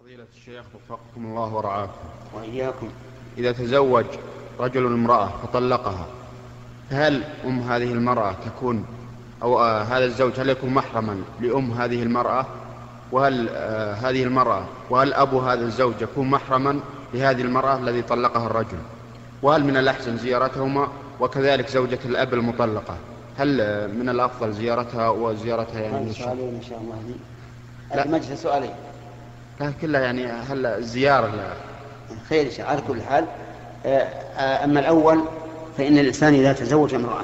فضيلة الشيخ وفقكم الله ورعاكم. وإياكم. إذا تزوج رجل امرأة فطلقها، هل هذه المرأة تكون أو هذا الزوج هل يكون محرما هذه المرأة؟ وهل هذه المرأة وهل أبو هذا الزوج يكون محرما لهذه المرأة الذي طلقها الرجل؟ وهل من الأحسن زيارتهما؟ وكذلك زوجة الأب المطلقة، هل من الأفضل زيارتها وزيارتها يعني؟ سؤالين إن شاء الله. لا مجلس سؤالين. لا كلها يعني هل الزيارة لا خير إن شاء الله على كل حال. أما الأول فإن الإنسان إذا تزوج امرأة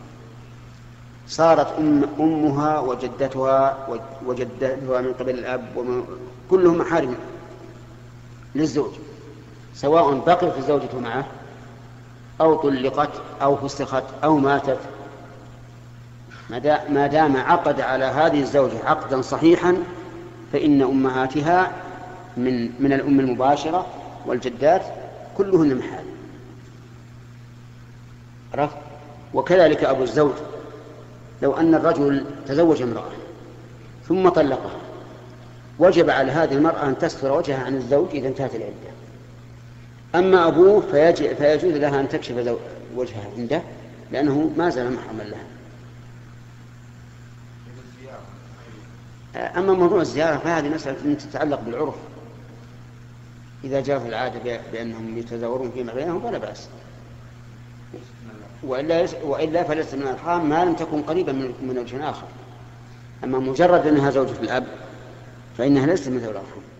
صارت أمها وجدتها وجدتها من قبل الأب كلهم محارم للزوج، سواء بقيت الزوجة معه أو طلقت أو فسخت أو ماتت، ما دام عقد على هذه الزوجة عقدا صحيحا فإن أمهاتها من الأم المباشرة والجدات كلهن محارم. عرفت؟ وكذلك أبو الزوج، لو أن الرجل تزوج امرأة ثم طلقها وجب على هذه المرأة أن تستر وجهها عن الزوج إذا انتهت العدة. أما أبوه فيجوز لها أن تكشف وجهها عنده لأنه ما زال محرما لها. أما موضوع الزيارة فهذه مسألة تتعلق بالعرف، إذا جرت العادة بأنهم يتزاورون فيما بينهم فلا بأس، وإلا فليس من الأرحام ما لم تكن قريبا من وجه آخر. أما مجرد أنها زوجة الأب فإنها ليست من ذوي الأرحام.